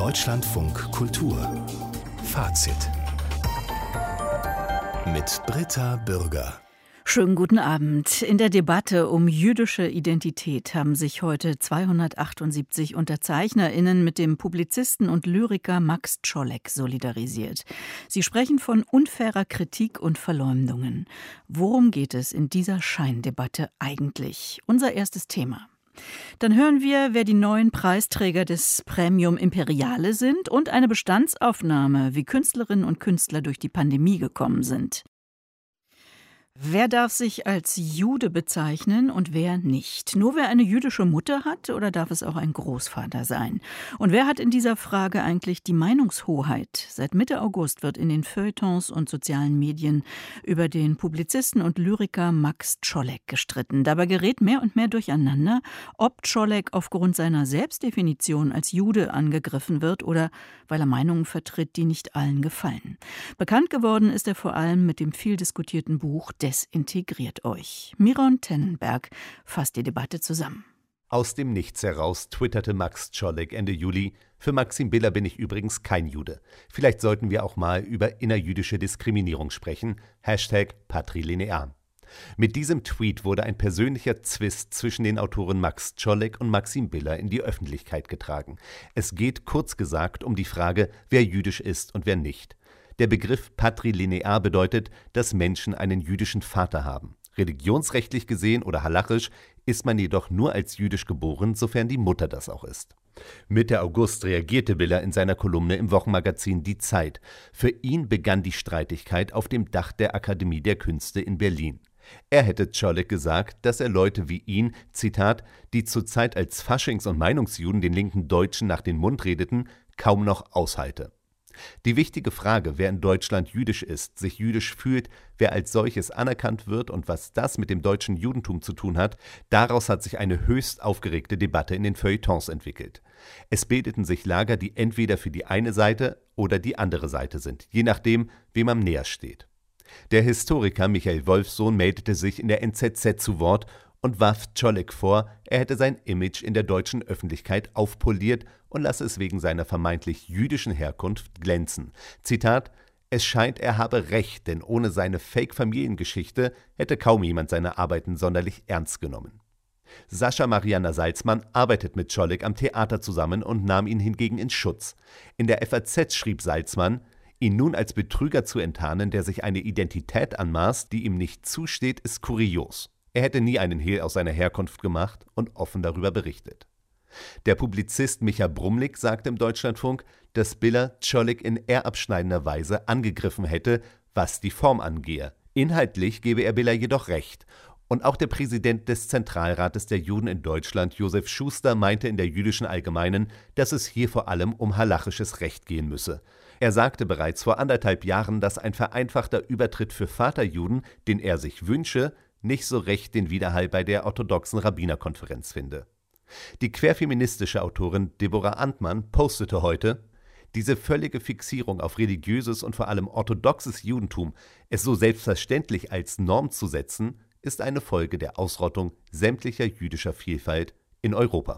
Deutschlandfunk Kultur Fazit mit Britta Bürger. Schönen guten Abend. In der Debatte um jüdische Identität haben sich heute 278 UnterzeichnerInnen mit dem Publizisten und Lyriker Max Czolek solidarisiert. Sie sprechen von unfairer Kritik und Verleumdungen. Worum geht es in dieser Scheindebatte eigentlich? Unser erstes Thema. Dann hören wir, wer die neuen Preisträger des Premium Imperiale sind und eine Bestandsaufnahme, wie Künstlerinnen und Künstler durch die Pandemie gekommen sind. Wer darf sich als Jude bezeichnen und wer nicht? Nur wer eine jüdische Mutter hat oder darf es auch ein Großvater sein? Und wer hat in dieser Frage eigentlich die Meinungshoheit? Seit Mitte August wird in den Feuilletons und sozialen Medien über den Publizisten und Lyriker Max Czolek gestritten. Dabei gerät mehr und mehr durcheinander, ob Czolek aufgrund seiner Selbstdefinition als Jude angegriffen wird oder weil er Meinungen vertritt, die nicht allen gefallen. Bekannt geworden ist er vor allem mit dem viel diskutierten Buch Desintegriert euch. Miron Tennenberg fasst die Debatte zusammen. Aus dem Nichts heraus twitterte Max Czolek Ende Juli: Für Maxim Biller bin ich übrigens kein Jude. Vielleicht sollten wir auch mal über innerjüdische Diskriminierung sprechen. #patrilinear. Mit diesem Tweet wurde ein persönlicher Zwist zwischen den Autoren Max Czolek und Maxim Biller in die Öffentlichkeit getragen. Es geht kurz gesagt um die Frage, wer jüdisch ist und wer nicht. Der Begriff patrilinear bedeutet, dass Menschen einen jüdischen Vater haben. Religionsrechtlich gesehen oder halachisch ist man jedoch nur als jüdisch geboren, sofern die Mutter das auch ist. Mitte August reagierte Biller in seiner Kolumne im Wochenmagazin Die Zeit. Für ihn begann die Streitigkeit auf dem Dach der Akademie der Künste in Berlin. Er hätte Czolek gesagt, dass er Leute wie ihn, Zitat, die zurzeit als Faschings- und Meinungsjuden den linken Deutschen nach den Mund redeten, kaum noch aushalte. Die wichtige Frage, wer in Deutschland jüdisch ist, sich jüdisch fühlt, wer als solches anerkannt wird und was das mit dem deutschen Judentum zu tun hat, daraus hat sich eine höchst aufgeregte Debatte in den Feuilletons entwickelt. Es bildeten sich Lager, die entweder für die eine Seite oder die andere Seite sind, je nachdem, wem am näher steht. Der Historiker Michael Wolfsohn meldete sich in der NZZ zu Wort und warf Czolek vor, er hätte sein Image in der deutschen Öffentlichkeit aufpoliert und lasse es wegen seiner vermeintlich jüdischen Herkunft glänzen. Zitat: Es scheint, er habe recht, denn ohne seine Fake-Familiengeschichte hätte kaum jemand seine Arbeiten sonderlich ernst genommen. Sascha Marianna Salzmann arbeitet mit Czolek am Theater zusammen und nahm ihn hingegen in Schutz. In der FAZ schrieb Salzmann: Ihn nun als Betrüger zu enttarnen, der sich eine Identität anmaßt, die ihm nicht zusteht, ist kurios. Er hätte nie einen Hehl aus seiner Herkunft gemacht und offen darüber berichtet. Der Publizist Micha Brumlik sagte im Deutschlandfunk, dass Biller Czolek in eher abschneidender Weise angegriffen hätte, was die Form angehe. Inhaltlich gebe er Biller jedoch recht. Und auch der Präsident des Zentralrates der Juden in Deutschland, Josef Schuster, meinte in der Jüdischen Allgemeinen, dass es hier vor allem um halachisches Recht gehen müsse. Er sagte bereits vor 1,5 Jahren, dass ein vereinfachter Übertritt für Vaterjuden, den er sich wünsche, nicht so recht den Widerhall bei der orthodoxen Rabbinerkonferenz finde. Die querfeministische Autorin Deborah Antmann postete heute: Diese völlige Fixierung auf religiöses und vor allem orthodoxes Judentum, es so selbstverständlich als Norm zu setzen, ist eine Folge der Ausrottung sämtlicher jüdischer Vielfalt in Europa.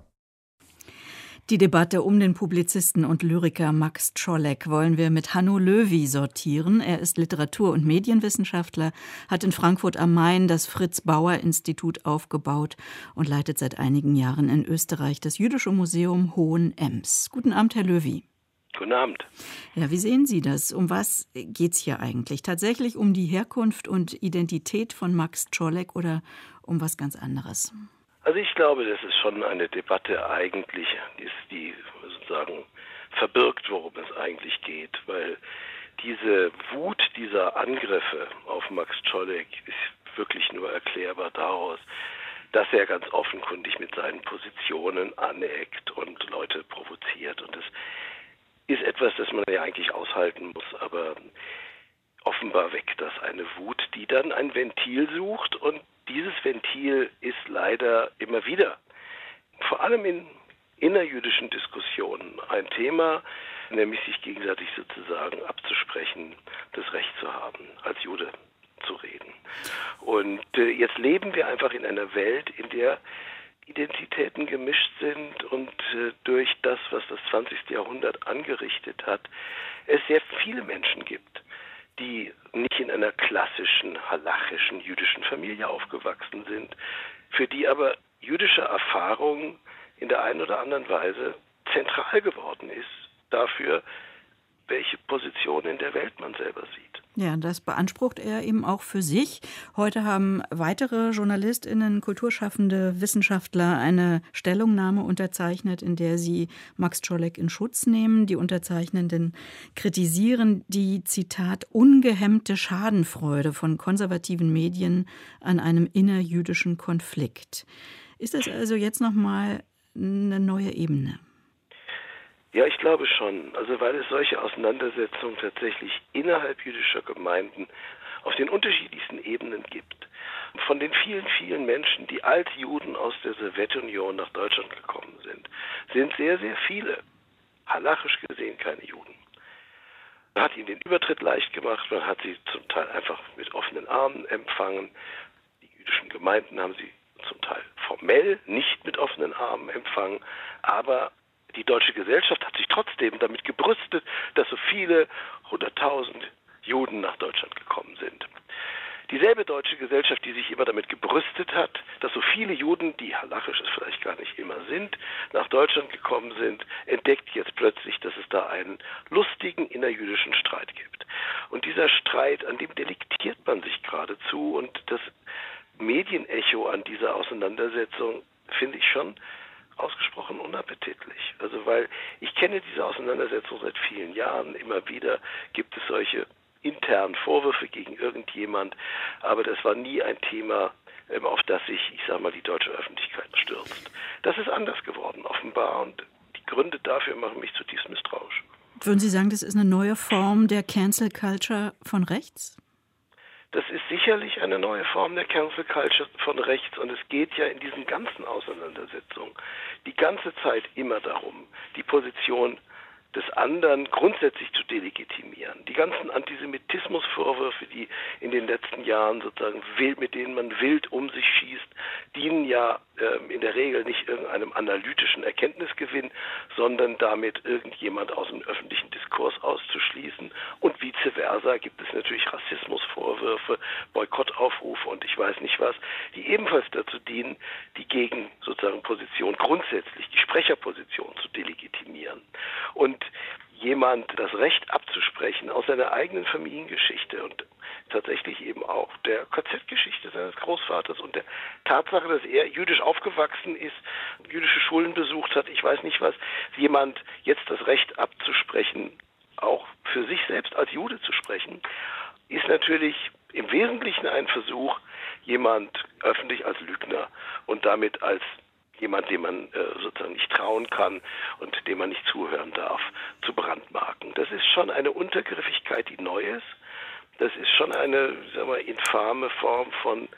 Die Debatte um den Publizisten und Lyriker Max Czolek wollen wir mit Hanno Löwy sortieren. Er ist Literatur- und Medienwissenschaftler, hat in Frankfurt am Main das Fritz-Bauer-Institut aufgebaut und leitet seit einigen Jahren in Österreich das Jüdische Museum Hohenems. Guten Abend, Herr Löwy. Guten Abend. Ja, wie sehen Sie das? Um was geht's hier eigentlich? Tatsächlich um die Herkunft und Identität von Max Czolek oder um was ganz anderes? Also ich glaube, das ist schon eine Debatte eigentlich, die sozusagen verbirgt, worum es eigentlich geht, weil diese Wut dieser Angriffe auf Max Czolek ist wirklich nur erklärbar daraus, dass er ganz offenkundig mit seinen Positionen aneckt und Leute provoziert. Und das ist etwas, das man ja eigentlich aushalten muss, aber offenbar weckt das eine Wut, die dann ein Ventil sucht, und dieses Ventil ist leider immer wieder, vor allem in innerjüdischen Diskussionen, ein Thema, nämlich sich gegenseitig sozusagen abzusprechen, das Recht zu haben, als Jude zu reden. Und jetzt leben wir einfach in einer Welt, in der Identitäten gemischt sind und durch das, was das 20. Jahrhundert angerichtet hat, es sehr viele Menschen gibt, die nicht in einer klassischen, halachischen, jüdischen Familie aufgewachsen sind, für die aber jüdische Erfahrung in der einen oder anderen Weise zentral geworden ist dafür, welche Position in der Welt man selber sieht. Ja, das beansprucht er eben auch für sich. Heute haben weitere JournalistInnen, Kulturschaffende, Wissenschaftler eine Stellungnahme unterzeichnet, in der sie Max Czolek in Schutz nehmen. Die Unterzeichnenden kritisieren die, Zitat, ungehemmte Schadenfreude von konservativen Medien an einem innerjüdischen Konflikt. Ist das also jetzt nochmal eine neue Ebene? Ja, ich glaube schon. Also weil es solche Auseinandersetzungen tatsächlich innerhalb jüdischer Gemeinden auf den unterschiedlichsten Ebenen gibt. Von den vielen, vielen Menschen, die als Juden aus der Sowjetunion nach Deutschland gekommen sind sehr, sehr viele, halachisch gesehen, keine Juden. Man hat ihnen den Übertritt leicht gemacht, man hat sie zum Teil einfach mit offenen Armen empfangen. Die jüdischen Gemeinden haben sie zum Teil formell nicht mit offenen Armen empfangen, aber die deutsche Gesellschaft hat sich trotzdem damit gebrüstet, dass so viele 100.000 Juden nach Deutschland gekommen sind. Dieselbe deutsche Gesellschaft, die sich immer damit gebrüstet hat, dass so viele Juden, die halachisch es vielleicht gar nicht immer sind, nach Deutschland gekommen sind, entdeckt jetzt plötzlich, dass es da einen lustigen innerjüdischen Streit gibt. Und dieser Streit, an dem delektiert man sich geradezu, und das Medienecho an dieser Auseinandersetzung finde ich schon ausgesprochen unappetitlich. Also weil ich kenne diese Auseinandersetzung seit vielen Jahren. Immer wieder gibt es solche internen Vorwürfe gegen irgendjemand, aber das war nie ein Thema, auf das sich, die deutsche Öffentlichkeit stürzt. Das ist anders geworden, offenbar, und die Gründe dafür machen mich zutiefst misstrauisch. Würden Sie sagen, das ist eine neue Form der Cancel Culture von rechts? Das ist sicherlich eine neue Form der Cancel Culture von rechts, und es geht ja in diesen ganzen Auseinandersetzungen die ganze Zeit immer darum, die Position des anderen grundsätzlich zu delegitimieren. Die ganzen Antisemitismusvorwürfe, die in den letzten Jahren sozusagen mit denen man wild um sich schießt, dienen ja in der Regel nicht irgendeinem analytischen Erkenntnisgewinn, sondern damit irgendjemand aus dem öffentlichen Diskurs auszuschließen. Und vice versa gibt es natürlich Rassismusvorwürfe, Boykottaufrufe und ich weiß nicht was, die ebenfalls dazu dienen, die gegen sozusagen Position grundsätzlich, die Sprecherposition zu delegitimieren. Und jemand das Recht abzusprechen aus seiner eigenen Familiengeschichte und tatsächlich eben auch der KZ-Geschichte seines Großvaters und der Tatsache, dass er jüdisch aufgewachsen ist, jüdische Schulen besucht hat, ich weiß nicht was, jemand jetzt das Recht abzusprechen, auch für sich selbst als Jude zu sprechen, ist natürlich im Wesentlichen ein Versuch, jemand öffentlich als Lügner und damit als jemand, dem man sozusagen nicht trauen kann und dem man nicht zuhören darf, zu brandmarken. Das ist schon eine Untergriffigkeit, die neu ist. Das ist schon eine, infame Form von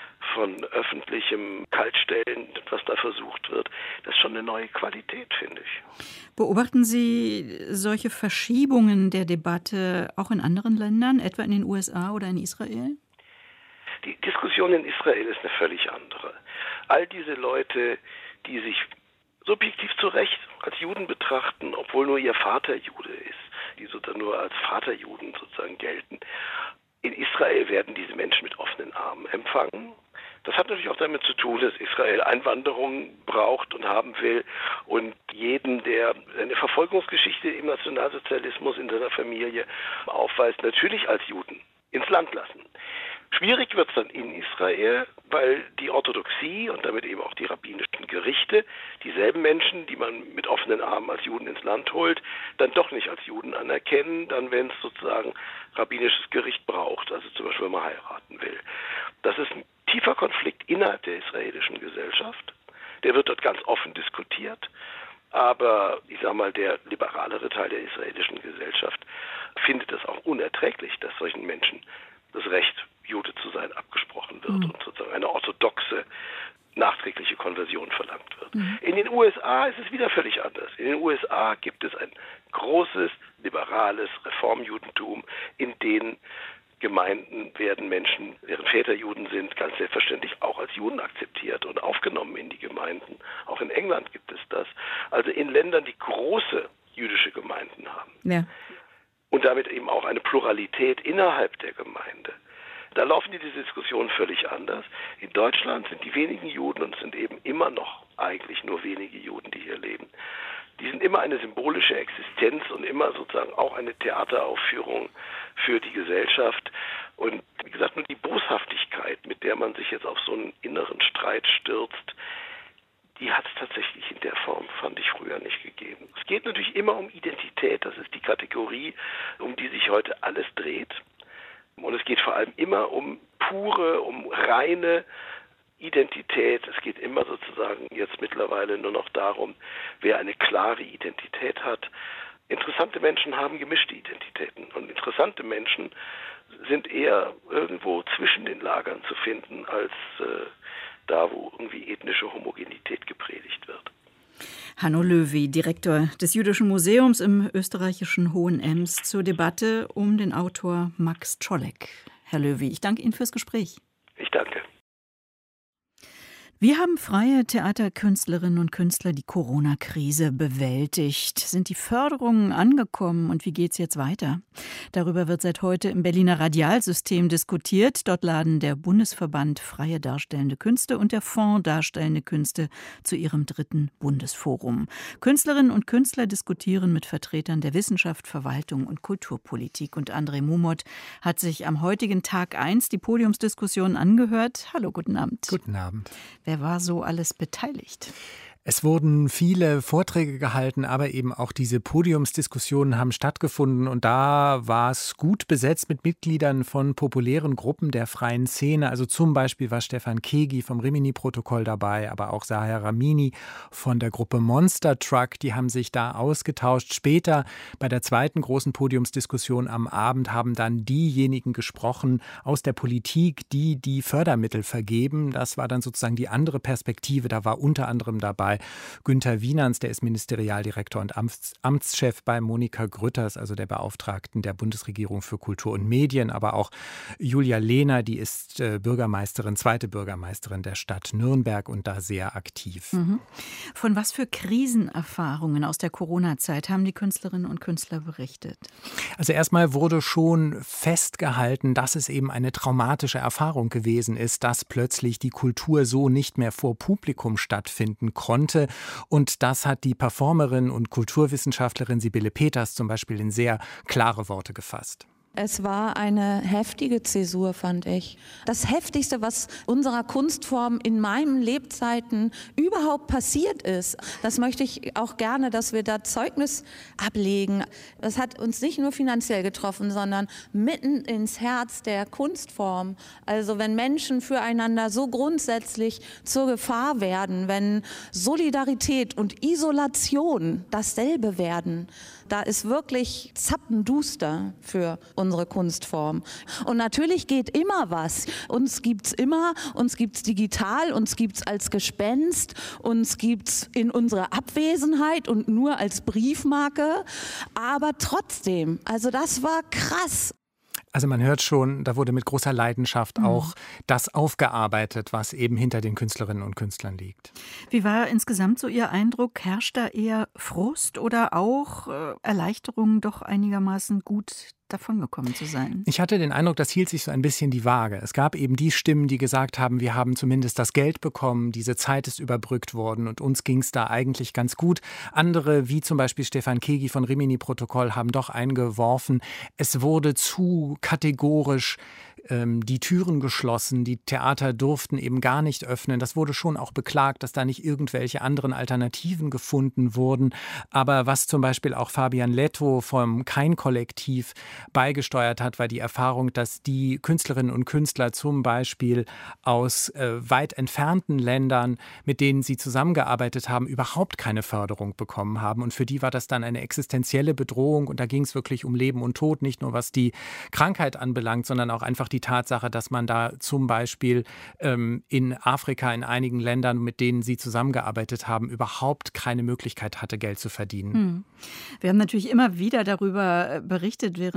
öffentlichem Kaltstellen, was da versucht wird. Das ist schon eine neue Qualität, finde ich. Beobachten Sie solche Verschiebungen der Debatte auch in anderen Ländern, etwa in den USA oder in Israel? Die Diskussion in Israel ist eine völlig andere. All diese Leute, die sich subjektiv zu Recht als Juden betrachten, obwohl nur ihr Vater Jude ist, die sozusagen nur als Vaterjuden sozusagen gelten. In Israel werden diese Menschen mit offenen Armen empfangen. Das hat natürlich auch damit zu tun, dass Israel Einwanderung braucht und haben will und jeden, der eine Verfolgungsgeschichte im Nationalsozialismus in seiner Familie aufweist, natürlich als Juden ins Land lassen. Schwierig wird es dann in Israel, weil die Orthodoxie und damit eben auch die rabbinischen Gerichte dieselben Menschen, die man mit offenen Armen als Juden ins Land holt, dann doch nicht als Juden anerkennen, dann wenn es sozusagen rabbinisches Gericht braucht, also zum Beispiel wenn man heiraten will. Das ist ein tiefer Konflikt innerhalb der israelischen Gesellschaft. Der wird dort ganz offen diskutiert. Aber der liberalere Teil der israelischen Gesellschaft findet es auch unerträglich, dass solchen Menschen das Recht, Jude zu sein, abgesprochen wird und sozusagen eine orthodoxe, nachträgliche Konversion verlangt wird. In den USA ist es wieder völlig anders. In den USA gibt es ein großes, liberales Reformjudentum, in denen Gemeinden werden Menschen, deren Väter Juden sind, ganz selbstverständlich auch als Juden akzeptiert und aufgenommen in die Gemeinden. Auch in England gibt es das. Also in Ländern, die große jüdische Gemeinden haben. Ja. Und damit eben auch eine Pluralität innerhalb der Gemeinde. Da laufen diese Diskussionen völlig anders. In Deutschland sind die wenigen Juden, und es sind eben immer noch eigentlich nur wenige Juden, die hier leben, die sind immer eine symbolische Existenz und immer sozusagen auch eine Theateraufführung für die Gesellschaft. Und wie gesagt, nur die Boshaftigkeit, mit der man sich jetzt auf so einen inneren Streit stürzt, die hat es tatsächlich in der Form, fand ich, früher nicht gegeben. Es geht natürlich immer um Identität, das ist die Kategorie, um die sich heute alles dreht. Und es geht vor allem immer um pure, um reine Identität. Es geht immer sozusagen jetzt mittlerweile nur noch darum, wer eine klare Identität hat. Interessante Menschen haben gemischte Identitäten und interessante Menschen sind eher irgendwo zwischen den Lagern zu finden, als da, wo irgendwie ethnische Homogenität gepredigt wird. Hanno Löwy, Direktor des Jüdischen Museums im österreichischen Hohenems, zur Debatte um den Autor Max Czolek. Herr Löwy, ich danke Ihnen fürs Gespräch. Ich danke. Wie haben freie Theaterkünstlerinnen und Künstler die Corona-Krise bewältigt? Sind die Förderungen angekommen und wie geht's jetzt weiter? Darüber wird seit heute im Berliner Radialsystem diskutiert. Dort laden der Bundesverband Freie Darstellende Künste und der Fonds Darstellende Künste zu ihrem 3. Bundesforum. Künstlerinnen und Künstler diskutieren mit Vertretern der Wissenschaft, Verwaltung und Kulturpolitik. Und André Mumot hat sich am heutigen Tag 1 die Podiumsdiskussion angehört. Hallo, guten Abend. Guten Abend. Wer war so alles beteiligt? Es wurden viele Vorträge gehalten, aber eben auch diese Podiumsdiskussionen haben stattgefunden. Und da war es gut besetzt mit Mitgliedern von populären Gruppen der freien Szene. Also zum Beispiel war Stefan Kegi vom Rimini-Protokoll dabei, aber auch Sahar Ramini von der Gruppe Monster Truck. Die haben sich da ausgetauscht. Später bei der zweiten großen Podiumsdiskussion am Abend haben dann diejenigen gesprochen aus der Politik, die die Fördermittel vergeben. Das war dann sozusagen die andere Perspektive. Da war unter anderem dabei Günther Wienerns, der ist Ministerialdirektor und Amtschef bei Monika Grütters, also der Beauftragten der Bundesregierung für Kultur und Medien, aber auch Julia Lehner, die ist Bürgermeisterin, zweite Bürgermeisterin der Stadt Nürnberg und da sehr aktiv. Mhm. Von was für Krisenerfahrungen aus der Corona-Zeit haben die Künstlerinnen und Künstler berichtet? Also erstmal wurde schon festgehalten, dass es eben eine traumatische Erfahrung gewesen ist, dass plötzlich die Kultur so nicht mehr vor Publikum stattfinden konnte. Und das hat die Performerin und Kulturwissenschaftlerin Sibylle Peters zum Beispiel in sehr klare Worte gefasst. Es war eine heftige Zäsur, fand ich. Das Heftigste, was unserer Kunstform in meinen Lebzeiten überhaupt passiert ist. Das möchte ich auch gerne, dass wir da Zeugnis ablegen. Das hat uns nicht nur finanziell getroffen, sondern mitten ins Herz der Kunstform. Also wenn Menschen füreinander so grundsätzlich zur Gefahr werden, wenn Solidarität und Isolation dasselbe werden, da ist wirklich zappenduster für unsere Kunstform. Und natürlich geht immer was. Uns gibt's immer, uns gibt's digital, uns gibt's als Gespenst, uns gibt's in unserer Abwesenheit und nur als Briefmarke. Aber trotzdem, also das war krass. Also man hört schon, da wurde mit großer Leidenschaft auch das aufgearbeitet, was eben hinter den Künstlerinnen und Künstlern liegt. Wie war insgesamt so Ihr Eindruck? Herrscht da eher Frust oder auch Erleichterung, doch einigermaßen gut davongekommen zu sein? Ich hatte den Eindruck, das hielt sich so ein bisschen die Waage. Es gab eben die Stimmen, die gesagt haben, wir haben zumindest das Geld bekommen, diese Zeit ist überbrückt worden und uns ging es da eigentlich ganz gut. Andere, wie zum Beispiel Stefan Kegi von Rimini-Protokoll, haben doch eingeworfen, es wurde zu kategorisch die Türen geschlossen, die Theater durften eben gar nicht öffnen. Das wurde schon auch beklagt, dass da nicht irgendwelche anderen Alternativen gefunden wurden. Aber was zum Beispiel auch Fabian Letto vom Kein-Kollektiv beigesteuert hat, war die Erfahrung, dass die Künstlerinnen und Künstler zum Beispiel aus weit entfernten Ländern, mit denen sie zusammengearbeitet haben, überhaupt keine Förderung bekommen haben. Und für die war das dann eine existenzielle Bedrohung. Und da ging es wirklich um Leben und Tod, nicht nur was die Krankheit anbelangt, sondern auch einfach die Tatsache, dass man da zum Beispiel in Afrika, in einigen Ländern, mit denen sie zusammengearbeitet haben, überhaupt keine Möglichkeit hatte, Geld zu verdienen. Wir haben natürlich immer wieder darüber berichtet während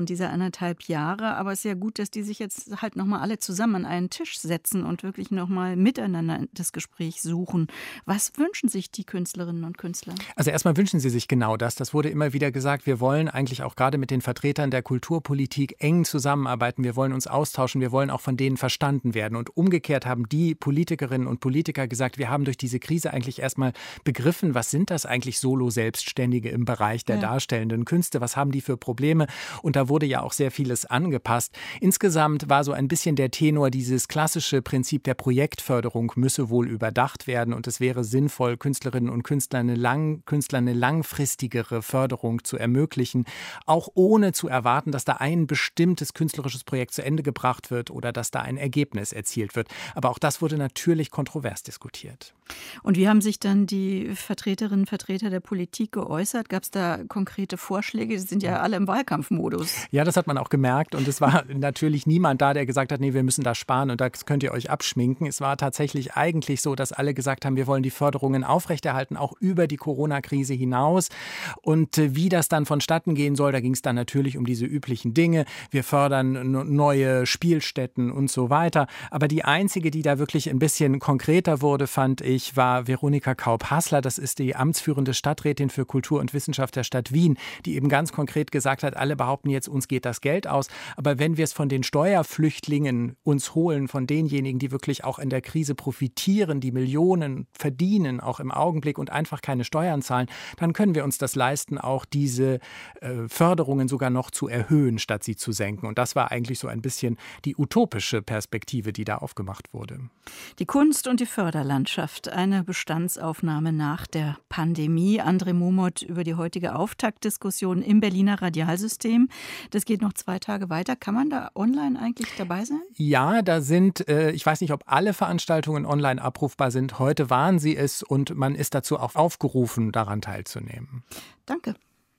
während dieser 1,5 Jahre. Aber es ist ja gut, dass die sich jetzt halt nochmal alle zusammen an einen Tisch setzen und wirklich nochmal miteinander das Gespräch suchen. Was wünschen sich die Künstlerinnen und Künstler? Also erstmal wünschen sie sich genau das. Das wurde immer wieder gesagt. Wir wollen eigentlich auch gerade mit den Vertretern der Kulturpolitik eng zusammenarbeiten. Wir wollen uns austauschen. Wir wollen auch von denen verstanden werden. Und umgekehrt haben die Politikerinnen und Politiker gesagt, wir haben durch diese Krise eigentlich erstmal begriffen, was sind das eigentlich Solo-Selbstständige im Bereich der darstellenden Künste? Was haben die für Probleme? Und da wurde ja auch sehr vieles angepasst. Insgesamt war so ein bisschen der Tenor, dieses klassische Prinzip der Projektförderung müsse wohl überdacht werden und es wäre sinnvoll, Künstlerinnen und Künstlern eine langfristigere Förderung zu ermöglichen, auch ohne zu erwarten, dass da ein bestimmtes künstlerisches Projekt zu Ende gebracht wird oder dass da ein Ergebnis erzielt wird. Aber auch das wurde natürlich kontrovers diskutiert. Und wie haben sich dann die Vertreterinnen und Vertreter der Politik geäußert? Gab es da konkrete Vorschläge? Die sind ja alle im Wahlkampfmodus. Ja, das hat man auch gemerkt. Und es war natürlich niemand da, der gesagt hat, nee, wir müssen da sparen und das könnt ihr euch abschminken. Es war tatsächlich eigentlich so, dass alle gesagt haben, wir wollen die Förderungen aufrechterhalten, auch über die Corona-Krise hinaus. Und wie das dann vonstatten gehen soll, da ging es dann natürlich um diese üblichen Dinge. Wir fördern neue Spielstätten und so weiter. Aber die einzige, die da wirklich ein bisschen konkreter wurde, fand ich, war Veronika Kaup-Hassler. Das ist die amtsführende Stadträtin für Kultur und Wissenschaft der Stadt Wien, die eben ganz konkret gesagt hat, alle behaupten jetzt, uns geht das Geld aus. Aber wenn wir es von den Steuerflüchtlingen uns holen, von denjenigen, die wirklich auch in der Krise profitieren, die Millionen verdienen, auch im Augenblick und einfach keine Steuern zahlen, dann können wir uns das leisten, auch diese Förderungen sogar noch zu erhöhen, statt sie zu senken. Und das war eigentlich so ein bisschen die utopische Perspektive, die da aufgemacht wurde. Die Kunst und die Förderlandschaft, eine Bestandsaufnahme nach der Pandemie. André Momot über die heutige Auftaktdiskussion im Berliner Radialsystem. Das geht noch 2 Tage weiter. Kann man da online eigentlich dabei sein? Ja, da sind, ich weiß nicht, ob alle Veranstaltungen online abrufbar sind. Heute waren sie es und man ist dazu auch aufgerufen, daran teilzunehmen. Danke.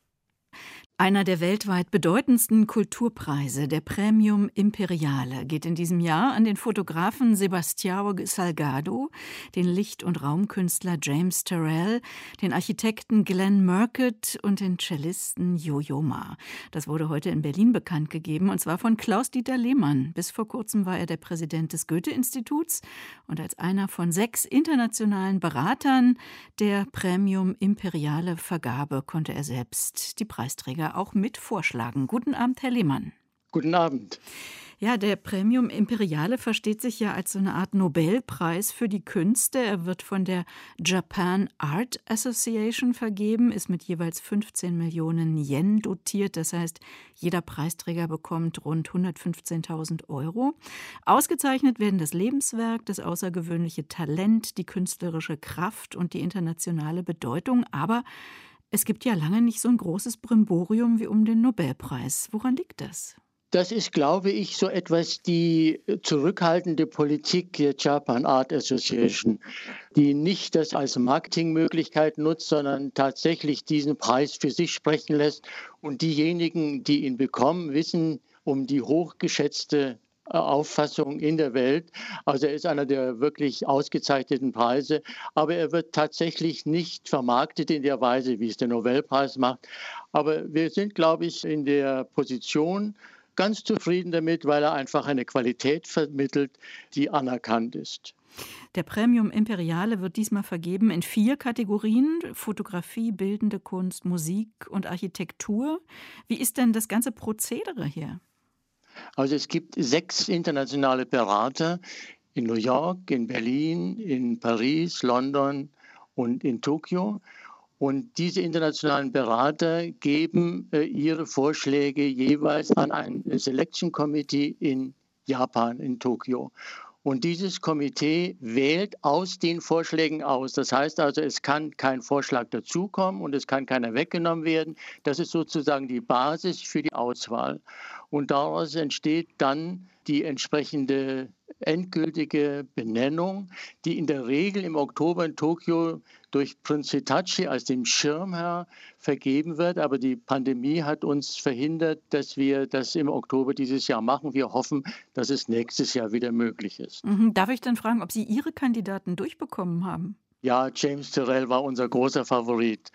Einer der weltweit bedeutendsten Kulturpreise, der Premium Imperiale, geht in diesem Jahr an den Fotografen Sebastião Salgado, den Licht- und Raumkünstler James Turrell, den Architekten Glenn Murcutt und den Cellisten Yo-Yo Ma. Das wurde heute in Berlin bekannt gegeben, und zwar von Klaus-Dieter Lehmann. Bis vor kurzem war er der Präsident des Goethe-Instituts und als einer von 6 internationalen Beratern der Premium Imperiale Vergabe konnte er selbst die Preisträger auch mit vorschlagen. Guten Abend, Herr Lehmann. Guten Abend. Ja, der Premium Imperiale versteht sich ja als so eine Art Nobelpreis für die Künste. Er wird von der Japan Art Association vergeben, ist mit jeweils 15 Millionen Yen dotiert. Das heißt, jeder Preisträger bekommt rund 115.000 €. Ausgezeichnet werden das Lebenswerk, das außergewöhnliche Talent, die künstlerische Kraft und die internationale Bedeutung. Aber es gibt ja lange nicht so ein großes Brimborium wie um den Nobelpreis. Woran liegt das? Das ist, glaube ich, so etwas die zurückhaltende Politik der Japan Art Association, die nicht das als Marketingmöglichkeit nutzt, sondern tatsächlich diesen Preis für sich sprechen lässt. Und diejenigen, die ihn bekommen, wissen um die hochgeschätzte Auffassung in der Welt. Also er ist einer der wirklich ausgezeichneten Preise, aber er wird tatsächlich nicht vermarktet in der Weise, wie es der Nobelpreis macht. Aber wir sind, glaube ich, in der Position ganz zufrieden damit, weil er einfach eine Qualität vermittelt, die anerkannt ist. Der Premium Imperiale wird diesmal vergeben in 4 Kategorien: Fotografie, bildende Kunst, Musik und Architektur. Wie ist denn das ganze Prozedere hier? Also es gibt 6 internationale Berater in New York, in Berlin, in Paris, London und in Tokio. Und diese internationalen Berater geben ihre Vorschläge jeweils an ein Selection Committee in Japan, in Tokio. Und dieses Komitee wählt aus den Vorschlägen aus. Das heißt also, es kann kein Vorschlag dazukommen und es kann keiner weggenommen werden. Das ist sozusagen die Basis für die Auswahl. Und daraus entsteht dann die entsprechende endgültige Benennung, die in der Regel im Oktober in Tokio durch Prinz Hitachi als dem Schirmherr vergeben wird. Aber die Pandemie hat uns verhindert, dass wir das im Oktober dieses Jahr machen. Wir hoffen, dass es nächstes Jahr wieder möglich ist. Darf ich dann fragen, ob Sie Ihre Kandidaten durchbekommen haben? Ja, James Turrell war unser großer Favorit.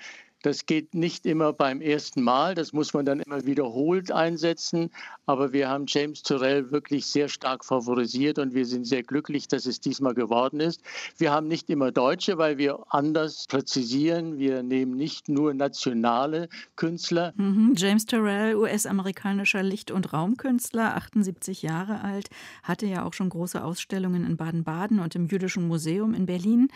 Das geht nicht immer beim ersten Mal, das muss man dann immer wiederholt einsetzen. Aber wir haben James Turrell wirklich sehr stark favorisiert und wir sind sehr glücklich, dass es diesmal geworden ist. Wir haben nicht immer Deutsche, weil wir anders präzisieren. Wir nehmen nicht nur nationale Künstler. James Turrell, US-amerikanischer Licht- und Raumkünstler, 78 Jahre alt, hatte ja auch schon große Ausstellungen in Baden-Baden und im Jüdischen Museum in Berlin.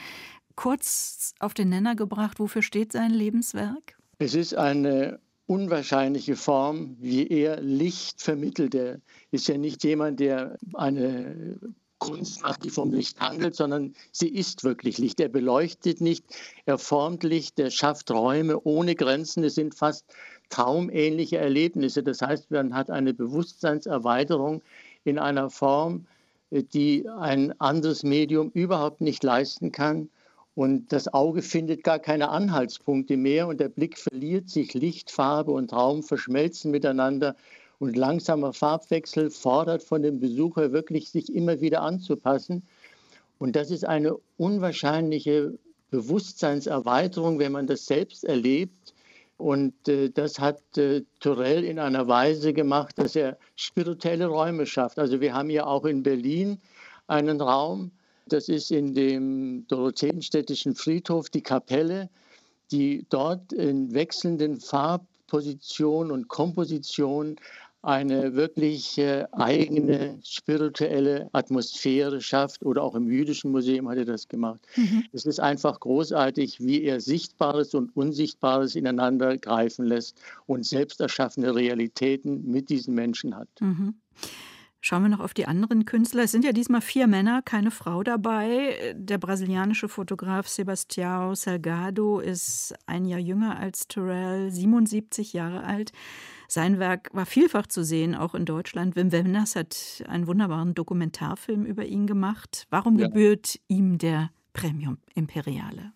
Kurz auf den Nenner gebracht, wofür steht sein Lebenswerk? Es ist eine unwahrscheinliche Form, wie er Licht vermittelt. Er ist ja nicht jemand, der eine Kunst macht, die vom Licht handelt, sondern sie ist wirklich Licht. Er beleuchtet nicht, er formt Licht, er schafft Räume ohne Grenzen. Es sind fast traumähnliche Erlebnisse. Das heißt, man hat eine Bewusstseinserweiterung in einer Form, die ein anderes Medium überhaupt nicht leisten kann. Und das Auge findet gar keine Anhaltspunkte mehr und der Blick verliert sich. Licht, Farbe und Raum verschmelzen miteinander und langsamer Farbwechsel fordert von dem Besucher wirklich, sich immer wieder anzupassen. Und das ist eine unwahrscheinliche Bewusstseinserweiterung, wenn man das selbst erlebt. Und das hat Turrell in einer Weise gemacht, dass er spirituelle Räume schafft. Also wir haben ja auch in Berlin einen Raum, das ist in dem Dorotheenstädtischen Friedhof die Kapelle, die dort in wechselnden Farbpositionen und Kompositionen eine wirklich eigene spirituelle Atmosphäre schafft. Oder auch im Jüdischen Museum hat er das gemacht. Es ist einfach großartig, wie er Sichtbares und Unsichtbares ineinander greifen lässt und selbst erschaffene Realitäten mit diesen Menschen hat. Schauen wir noch auf die anderen Künstler. Es sind ja diesmal 4 Männer, keine Frau dabei. Der brasilianische Fotograf Sebastião Salgado ist ein Jahr jünger als Turrell, 77 Jahre alt. Sein Werk war vielfach zu sehen, auch in Deutschland. Wim Wenders hat einen wunderbaren Dokumentarfilm über ihn gemacht. Warum gebührt ihm der Premium Imperiale?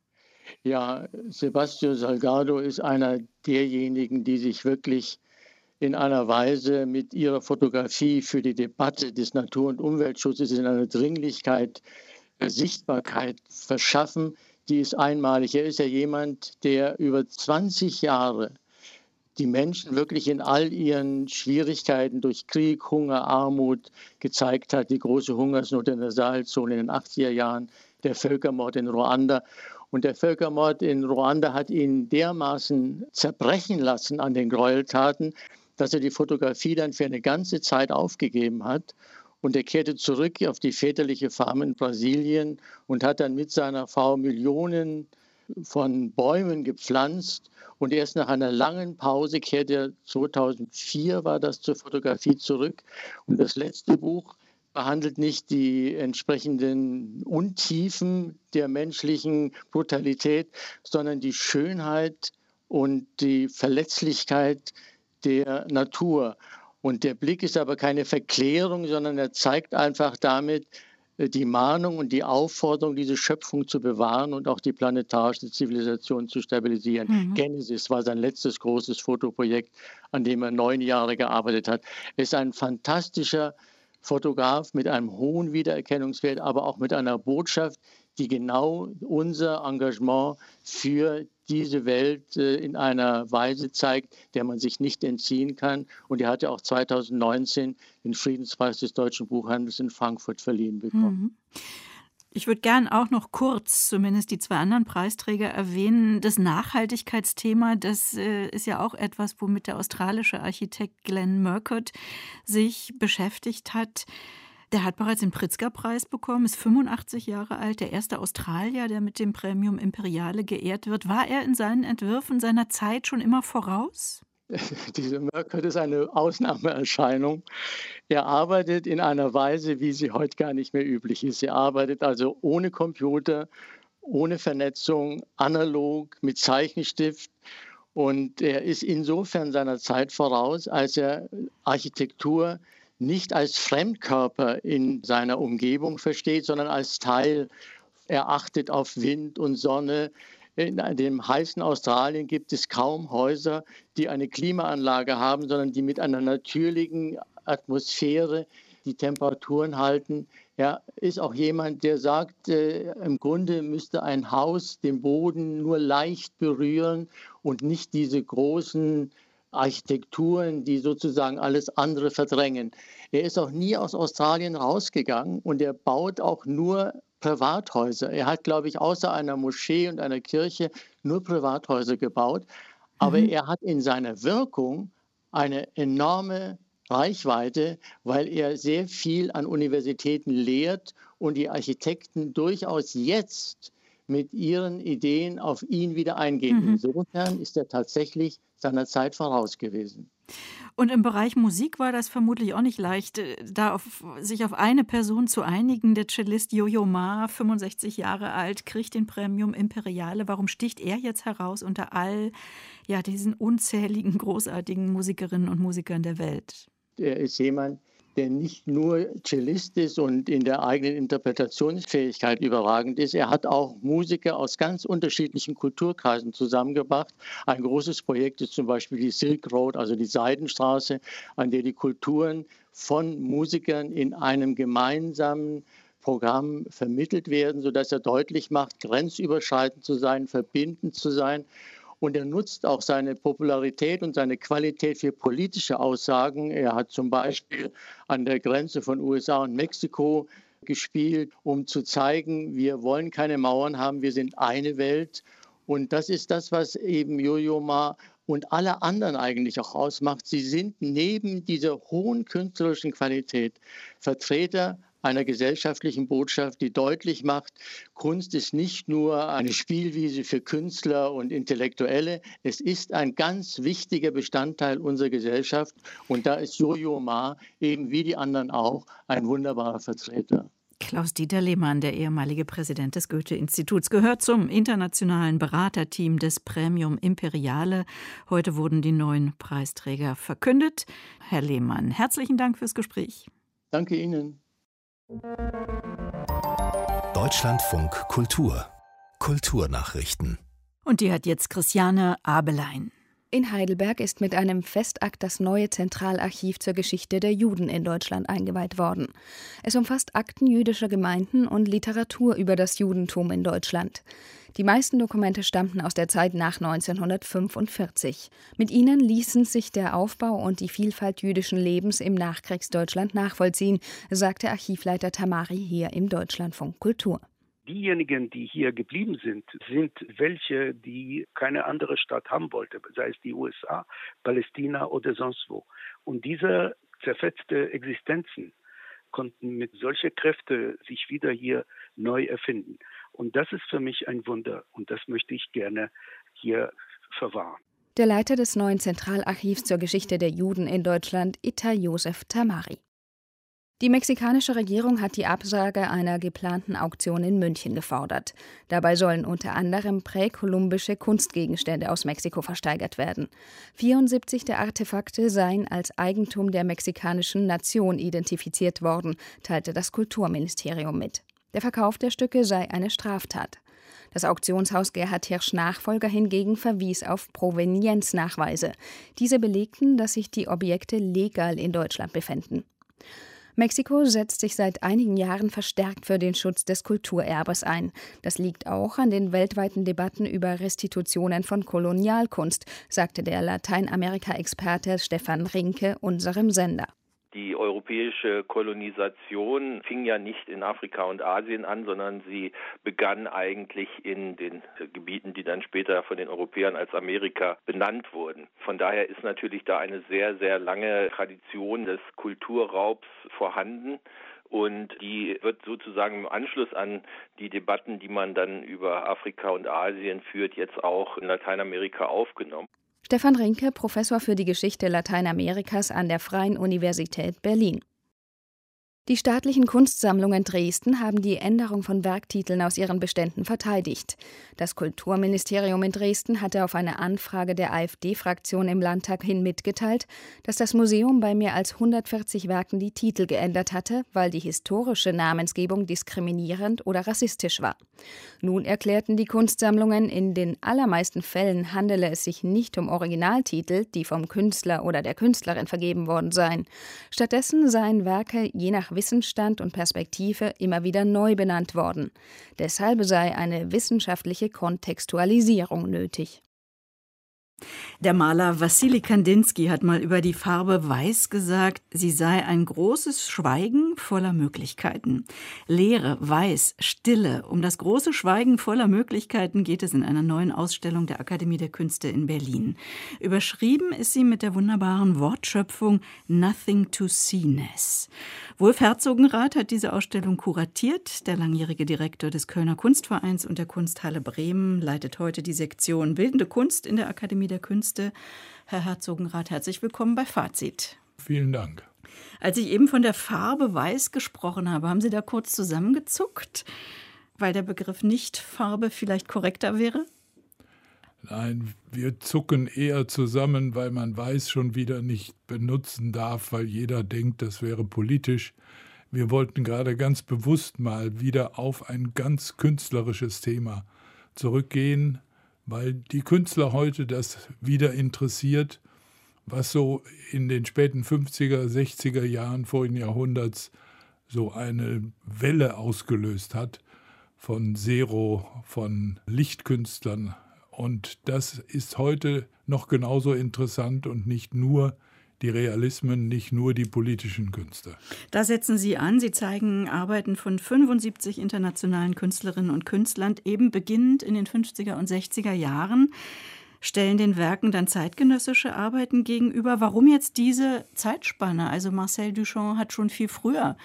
Ja, Sebastião Salgado ist einer derjenigen, die sich wirklich in einer Weise mit ihrer Fotografie für die Debatte des Natur- und Umweltschutzes in einer Dringlichkeit, Sichtbarkeit verschaffen, die ist einmalig. Er ist ja jemand, der über 20 Jahre die Menschen wirklich in all ihren Schwierigkeiten durch Krieg, Hunger, Armut gezeigt hat. Die große Hungersnot in der Sahelzone in den 80er Jahren, der Völkermord in Ruanda. Und der Völkermord in Ruanda hat ihn dermaßen zerbrechen lassen an den Gräueltaten, dass er die Fotografie dann für eine ganze Zeit aufgegeben hat. Und er kehrte zurück auf die väterliche Farm in Brasilien und hat dann mit seiner Frau Millionen von Bäumen gepflanzt. Und erst nach einer langen Pause kehrte er, 2004 war das, zur Fotografie zurück. Und das letzte Buch behandelt nicht die entsprechenden Untiefen der menschlichen Brutalität, sondern die Schönheit und die Verletzlichkeit der Natur. Und der Blick ist aber keine Verklärung, sondern er zeigt einfach damit die Mahnung und die Aufforderung, diese Schöpfung zu bewahren und auch die planetarische Zivilisation zu stabilisieren. Genesis war sein letztes großes Fotoprojekt, an dem er 9 Jahre gearbeitet hat. Er ist ein fantastischer Fotograf mit einem hohen Wiedererkennungswert, aber auch mit einer Botschaft, die genau unser Engagement für diese Welt in einer Weise zeigt, der man sich nicht entziehen kann. Und er hat ja auch 2019 den Friedenspreis des deutschen Buchhandels in Frankfurt verliehen bekommen. Ich würde gern auch noch kurz zumindest die 2 anderen Preisträger erwähnen. Das Nachhaltigkeitsthema, das ist ja auch etwas, womit der australische Architekt Glenn Murcutt sich beschäftigt hat. Der hat bereits den Pritzker-Preis bekommen, ist 85 Jahre alt, der erste Australier, der mit dem Premium Imperiale geehrt wird. War er in seinen Entwürfen seiner Zeit schon immer voraus? Diese Murcutt ist eine Ausnahmeerscheinung. Er arbeitet in einer Weise, wie sie heute gar nicht mehr üblich ist. Er arbeitet also ohne Computer, ohne Vernetzung, analog, mit Zeichenstift. Und er ist insofern seiner Zeit voraus, als er Architektur nicht als Fremdkörper in seiner Umgebung versteht, sondern als Teil. Er achtet auf Wind und Sonne. In dem heißen Australien gibt es kaum Häuser, die eine Klimaanlage haben, sondern die mit einer natürlichen Atmosphäre die Temperaturen halten. Er ist auch jemand, der sagt, im Grunde müsste ein Haus den Boden nur leicht berühren und nicht diese großen Architekturen, die sozusagen alles andere verdrängen. Er ist auch nie aus Australien rausgegangen und er baut auch nur Privathäuser. Er hat, glaube ich, außer einer Moschee und einer Kirche nur Privathäuser gebaut. Aber er hat in seiner Wirkung eine enorme Reichweite, weil er sehr viel an Universitäten lehrt und die Architekten durchaus jetzt mit ihren Ideen auf ihn wieder eingehen. Insofern ist er tatsächlich seiner Zeit voraus gewesen. Und im Bereich Musik war das vermutlich auch nicht leicht, sich auf eine Person zu einigen. Der Cellist Yo-Yo Ma, 65 Jahre alt, kriegt den Premium Imperiale. Warum sticht er jetzt heraus unter all diesen unzähligen, großartigen Musikerinnen und Musikern der Welt? Er ist jemand, der nicht nur Cellist ist und in der eigenen Interpretationsfähigkeit überragend ist. Er hat auch Musiker aus ganz unterschiedlichen Kulturkreisen zusammengebracht. Ein großes Projekt ist zum Beispiel die Silk Road, also die Seidenstraße, an der die Kulturen von Musikern in einem gemeinsamen Programm vermittelt werden, sodass er deutlich macht, grenzüberschreitend zu sein, verbindend zu sein. Und er nutzt auch seine Popularität und seine Qualität für politische Aussagen. Er hat zum Beispiel an der Grenze von USA und Mexiko gespielt, um zu zeigen, wir wollen keine Mauern haben, wir sind eine Welt. Und das ist das, was eben Yo-Yo Ma und alle anderen eigentlich auch ausmacht. Sie sind neben dieser hohen künstlerischen Qualität Vertreter einer gesellschaftlichen Botschaft, die deutlich macht, Kunst ist nicht nur eine Spielwiese für Künstler und Intellektuelle, es ist ein ganz wichtiger Bestandteil unserer Gesellschaft und da ist Yo-Yo Ma eben wie die anderen auch ein wunderbarer Vertreter. Klaus-Dieter Lehmann, der ehemalige Präsident des Goethe-Instituts, gehört zum internationalen Beraterteam des Premium Imperiale. Heute wurden die 9 Preisträger verkündet. Herr Lehmann, herzlichen Dank fürs Gespräch. Danke Ihnen. Deutschlandfunk Kultur. Kulturnachrichten. Und die hat jetzt Christiane Abelein. In Heidelberg ist mit einem Festakt das neue Zentralarchiv zur Geschichte der Juden in Deutschland eingeweiht worden. Es umfasst Akten jüdischer Gemeinden und Literatur über das Judentum in Deutschland. Die meisten Dokumente stammten aus der Zeit nach 1945. Mit ihnen ließen sich der Aufbau und die Vielfalt jüdischen Lebens im Nachkriegsdeutschland nachvollziehen, sagte Archivleiter Tamari hier im Deutschlandfunk Kultur. Diejenigen, die hier geblieben sind, sind welche, die keine andere Stadt haben wollte, sei es die USA, Palästina oder sonst wo. Und diese zerfetzte Existenzen konnten mit solchen Kräften sich wieder hier neu erfinden. Und das ist für mich ein Wunder und das möchte ich gerne hier verwahren. Der Leiter des neuen Zentralarchivs zur Geschichte der Juden in Deutschland, Itai Josef Tamari. Die mexikanische Regierung hat die Absage einer geplanten Auktion in München gefordert. Dabei sollen unter anderem präkolumbische Kunstgegenstände aus Mexiko versteigert werden. 74 der Artefakte seien als Eigentum der mexikanischen Nation identifiziert worden, teilte das Kulturministerium mit. Der Verkauf der Stücke sei eine Straftat. Das Auktionshaus Gerhard Hirsch Nachfolger hingegen verwies auf Provenienznachweise. Diese belegten, dass sich die Objekte legal in Deutschland befänden. Mexiko setzt sich seit einigen Jahren verstärkt für den Schutz des Kulturerbes ein. Das liegt auch an den weltweiten Debatten über Restitutionen von Kolonialkunst, sagte der Lateinamerika-Experte Stefan Rinke unserem Sender. Die europäische Kolonisation fing ja nicht in Afrika und Asien an, sondern sie begann eigentlich in den Gebieten, die dann später von den Europäern als Amerika benannt wurden. Von daher ist natürlich da eine sehr, sehr lange Tradition des Kulturraubs vorhanden. Und die wird sozusagen im Anschluss an die Debatten, die man dann über Afrika und Asien führt, jetzt auch in Lateinamerika aufgenommen. Stefan Rinke, Professor für die Geschichte Lateinamerikas an der Freien Universität Berlin. Die staatlichen Kunstsammlungen Dresden haben die Änderung von Werktiteln aus ihren Beständen verteidigt. Das Kulturministerium in Dresden hatte auf eine Anfrage der AfD-Fraktion im Landtag hin mitgeteilt, dass das Museum bei mehr als 140 Werken die Titel geändert hatte, weil die historische Namensgebung diskriminierend oder rassistisch war. Nun erklärten die Kunstsammlungen, in den allermeisten Fällen handele es sich nicht um Originaltitel, die vom Künstler oder der Künstlerin vergeben worden seien. Stattdessen seien Werke je nach Wissensstand und Perspektive immer wieder neu benannt worden. Deshalb sei eine wissenschaftliche Kontextualisierung nötig. Der Maler Wassily Kandinsky hat mal über die Farbe Weiß gesagt, sie sei ein großes Schweigen voller Möglichkeiten. Leere, Weiß, Stille. Um das große Schweigen voller Möglichkeiten geht es in einer neuen Ausstellung der Akademie der Künste in Berlin. Überschrieben ist sie mit der wunderbaren Wortschöpfung Nothing to See-ness. Wolf Herzogenrath hat diese Ausstellung kuratiert. Der langjährige Direktor des Kölner Kunstvereins und der Kunsthalle Bremen leitet heute die Sektion Bildende Kunst in der Akademie der Künste. Herr Herzogenrath, herzlich willkommen bei Fazit. Vielen Dank. Als ich eben von der Farbe Weiß gesprochen habe, haben Sie da kurz zusammengezuckt, weil der Begriff Nicht-Farbe vielleicht korrekter wäre? Nein, wir zucken eher zusammen, weil man Weiß schon wieder nicht benutzen darf, weil jeder denkt, das wäre politisch. Wir wollten gerade ganz bewusst mal wieder auf ein ganz künstlerisches Thema zurückgehen, weil die Künstler heute das wieder interessiert, was so in den späten 50er, 60er Jahren vorigen Jahrhunderts so eine Welle ausgelöst hat von Zero, von Lichtkünstlern. Und das ist heute noch genauso interessant und nicht nur die Realismen, nicht nur die politischen Künste. Da setzen Sie an. Sie zeigen Arbeiten von 75 internationalen Künstlerinnen und Künstlern, eben beginnend in den 50er und 60er Jahren, stellen den Werken dann zeitgenössische Arbeiten gegenüber. Warum jetzt diese Zeitspanne? Also Marcel Duchamp hat schon viel früher,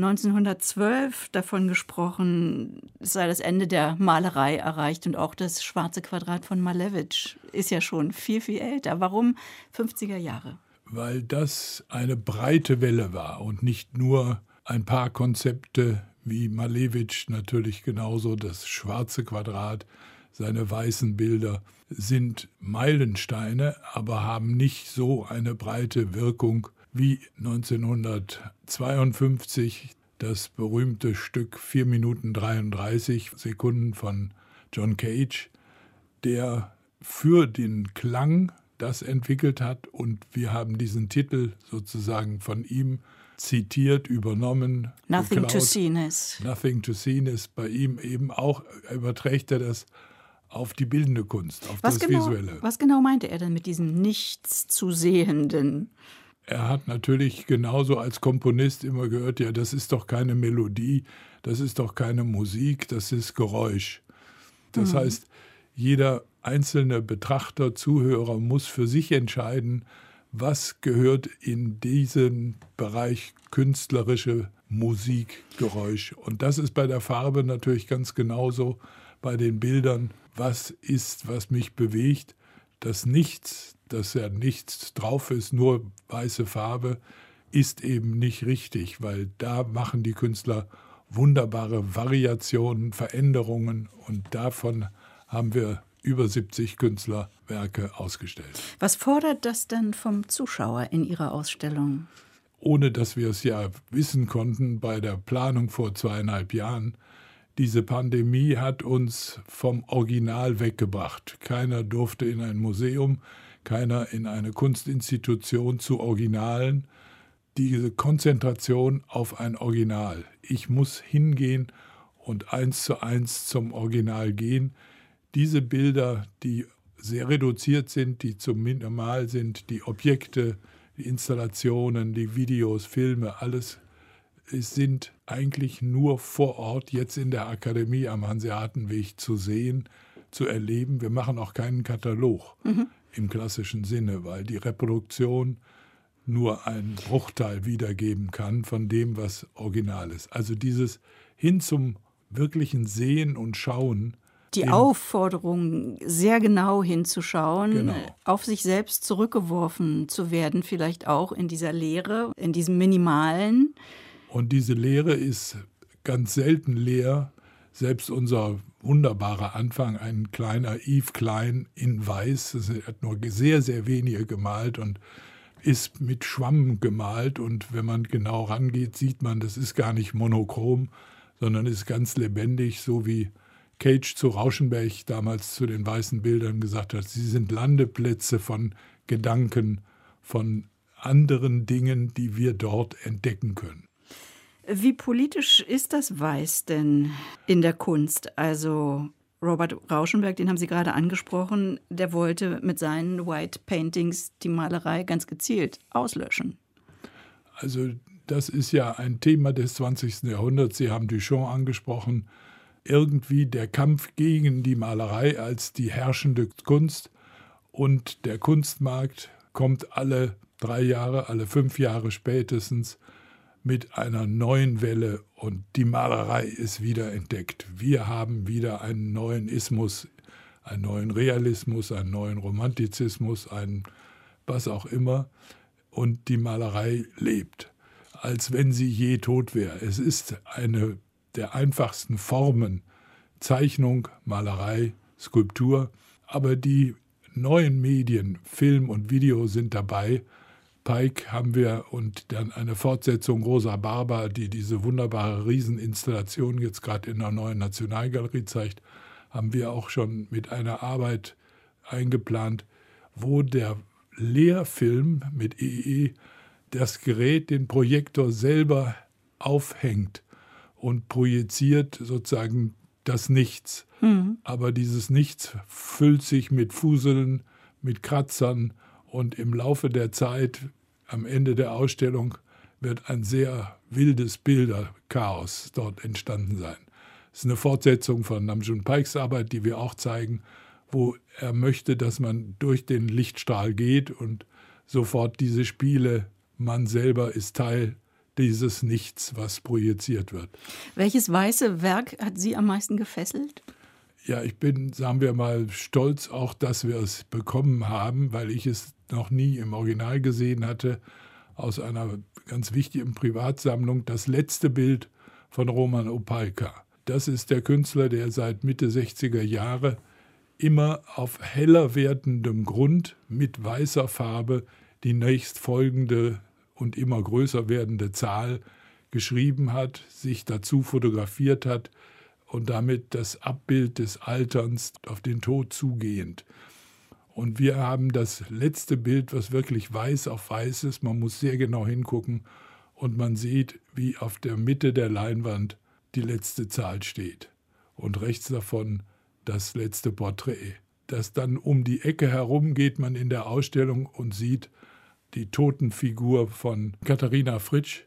1912, davon gesprochen, es sei das Ende der Malerei erreicht, und auch das Schwarze Quadrat von Malevich ist ja schon viel, viel älter. Warum 50er Jahre? Weil das eine breite Welle war und nicht nur ein paar Konzepte wie Malevich, natürlich genauso das Schwarze Quadrat, seine weißen Bilder sind Meilensteine, aber haben nicht so eine breite Wirkung wie 1952 das berühmte Stück 4 Minuten 33 Sekunden von John Cage, der für den Klang das entwickelt hat, und wir haben diesen Titel sozusagen von ihm zitiert, übernommen. Nothing geklaut. to See-ness. Nothing to See-ness. Bei ihm eben auch überträgt er das auf die bildende Kunst, auf das Visuelle. Was genau meinte er denn mit diesem Nichts zu Sehenden? Er hat natürlich genauso als Komponist immer gehört, ja, das ist doch keine Melodie, das ist doch keine Musik, das ist Geräusch. Das heißt, jeder einzelne Betrachter, Zuhörer muss für sich entscheiden, was gehört in diesen Bereich künstlerische Musik, Geräusch. Und das ist bei der Farbe natürlich ganz genauso, bei den Bildern. Was ist, was mich bewegt? Das Nichts, dass ja nichts drauf ist, nur weiße Farbe, ist eben nicht richtig, weil da machen die Künstler wunderbare Variationen, Veränderungen, und davon haben wir über 70 Künstlerwerke ausgestellt. Was fordert das denn vom Zuschauer in Ihrer Ausstellung? Ohne dass wir es ja wissen konnten bei der Planung vor 2,5 Jahren, diese Pandemie hat uns vom Original weggebracht. Keiner durfte in ein Museum, keiner in eine Kunstinstitution zu Originalen. Diese Konzentration auf ein Original. Ich muss hingehen und 1:1 zum Original gehen. Diese Bilder, die sehr reduziert sind, die zum Minimal sind, die Objekte, die Installationen, die Videos, Filme, alles sind eigentlich nur vor Ort, jetzt in der Akademie am Hanseatenweg zu sehen, zu erleben. Wir machen auch keinen Katalog im klassischen Sinne, weil die Reproduktion nur einen Bruchteil wiedergeben kann von dem, was original ist. Also dieses hin zum wirklichen Sehen und Schauen. Die Aufforderung, sehr genau hinzuschauen, auf sich selbst zurückgeworfen zu werden, vielleicht auch in dieser Leere, in diesem Minimalen. Und diese Leere ist ganz selten leer. Selbst unser wunderbarer Anfang, ein kleiner Yves Klein in Weiß, er hat nur sehr, sehr wenige gemalt und ist mit Schwamm gemalt. Und wenn man genau rangeht, sieht man, das ist gar nicht monochrom, sondern ist ganz lebendig, so wie Cage zu Rauschenberg damals zu den weißen Bildern gesagt hat. Sie sind Landeplätze von Gedanken, von anderen Dingen, die wir dort entdecken können. Wie politisch ist das Weiß denn in der Kunst? Also Robert Rauschenberg, den haben Sie gerade angesprochen, der wollte mit seinen White Paintings die Malerei ganz gezielt auslöschen. Also das ist ja ein Thema des 20. Jahrhunderts. Sie haben Duchamp angesprochen. Irgendwie der Kampf gegen die Malerei als die herrschende Kunst. Und der Kunstmarkt kommt alle 3 Jahre, alle 5 Jahre spätestens mit einer neuen Welle und die Malerei ist wieder entdeckt. Wir haben wieder einen neuen Ismus, einen neuen Realismus, einen neuen Romantizismus, einen was auch immer. Und die Malerei lebt, als wenn sie je tot wäre. Es ist eine der einfachsten Formen, Zeichnung, Malerei, Skulptur, aber die neuen Medien, Film und Video sind dabei. Pike haben wir und dann eine Fortsetzung Rosa Barber, die diese wunderbare Rieseninstallation jetzt gerade in der neuen Nationalgalerie zeigt, haben wir auch schon mit einer Arbeit eingeplant, wo der Lehrfilm mit EE das Gerät, den Projektor selber aufhängt und projiziert sozusagen das Nichts. Aber dieses Nichts füllt sich mit Fuseln, mit Kratzern und im Laufe der Zeit, am Ende der Ausstellung, wird ein sehr wildes Bilderchaos dort entstanden sein. Es ist eine Fortsetzung von Namjoon Pikes Arbeit, die wir auch zeigen, wo er möchte, dass man durch den Lichtstrahl geht und sofort diese Spiele, man selber ist Teil dieses Nichts, was projiziert wird. Welches weiße Werk hat Sie am meisten gefesselt? Ja, ich bin, sagen wir mal, stolz auch, dass wir es bekommen haben, weil ich es noch nie im Original gesehen hatte, aus einer ganz wichtigen Privatsammlung, das letzte Bild von Roman Opalka. Das ist der Künstler, der seit Mitte 60er Jahre immer auf heller werdendem Grund mit weißer Farbe die nächstfolgende und immer größer werdende Zahl geschrieben hat, sich dazu fotografiert hat und damit das Abbild des Alterns auf den Tod zugehend. Und wir haben das letzte Bild, was wirklich weiß auf weiß ist. Man muss sehr genau hingucken und man sieht, wie auf der Mitte der Leinwand die letzte Zahl steht. Und rechts davon das letzte Porträt. Das dann um die Ecke herum geht man in der Ausstellung und sieht die Totenfigur von Katharina Fritsch,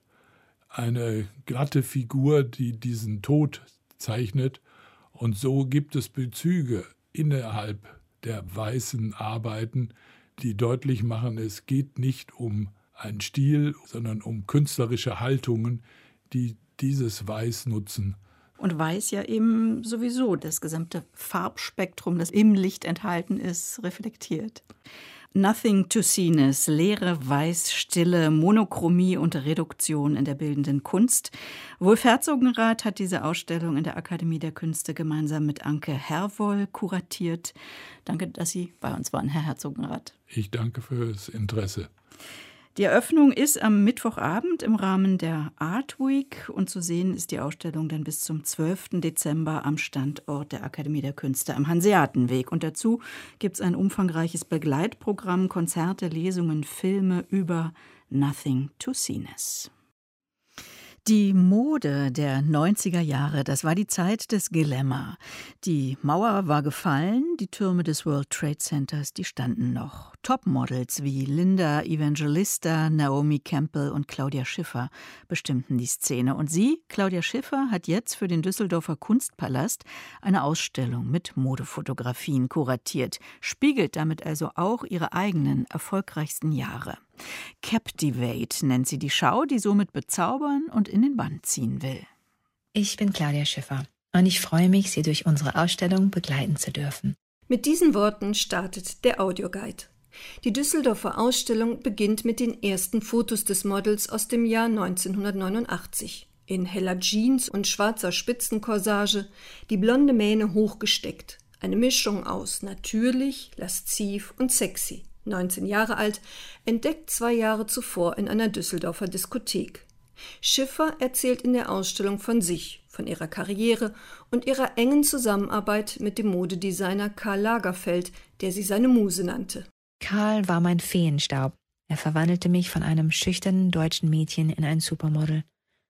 eine glatte Figur, die diesen Tod zeichnet. Und so gibt es Bezüge innerhalb der weißen Arbeiten, die deutlich machen, es geht nicht um einen Stil, sondern um künstlerische Haltungen, die dieses Weiß nutzen. Und Weiß ja eben sowieso das gesamte Farbspektrum, das im Licht enthalten ist, reflektiert. Nothing to Seeness, Leere, Weiß, Stille, Monochromie und Reduktion in der bildenden Kunst. Wolf Herzogenrath hat diese Ausstellung in der Akademie der Künste gemeinsam mit Anke Herwoll kuratiert. Danke, dass Sie bei uns waren, Herr Herzogenrath. Ich danke für das Interesse. Die Eröffnung ist am Mittwochabend im Rahmen der Art Week und zu sehen ist die Ausstellung dann bis zum 12. Dezember am Standort der Akademie der Künste am Hanseatenweg. Und dazu gibt es ein umfangreiches Begleitprogramm, Konzerte, Lesungen, Filme über Nothing to Seeness. Die Mode der 90er Jahre, das war die Zeit des Glamour. Die Mauer war gefallen, die Türme des World Trade Centers, die standen noch. Topmodels wie Linda Evangelista, Naomi Campbell und Claudia Schiffer bestimmten die Szene. Und sie, Claudia Schiffer, hat jetzt für den Düsseldorfer Kunstpalast eine Ausstellung mit Modefotografien kuratiert, spiegelt damit also auch ihre eigenen erfolgreichsten Jahre. Captivate nennt sie die Schau, die somit bezaubern und in den Bann ziehen will. Ich bin Claudia Schiffer und ich freue mich, Sie durch unsere Ausstellung begleiten zu dürfen. Mit diesen Worten startet der Audioguide. Die Düsseldorfer Ausstellung beginnt mit den ersten Fotos des Models aus dem Jahr 1989. In heller Jeans und schwarzer Spitzencorsage, die blonde Mähne hochgesteckt. Eine Mischung aus natürlich, lasziv und sexy. 19 Jahre alt, entdeckt 2 Jahre zuvor in einer Düsseldorfer Diskothek. Schiffer erzählt in der Ausstellung von sich, von ihrer Karriere und ihrer engen Zusammenarbeit mit dem Modedesigner Karl Lagerfeld, der sie seine Muse nannte. Karl war mein Feenstaub. Er verwandelte mich von einem schüchternen deutschen Mädchen in ein Supermodel.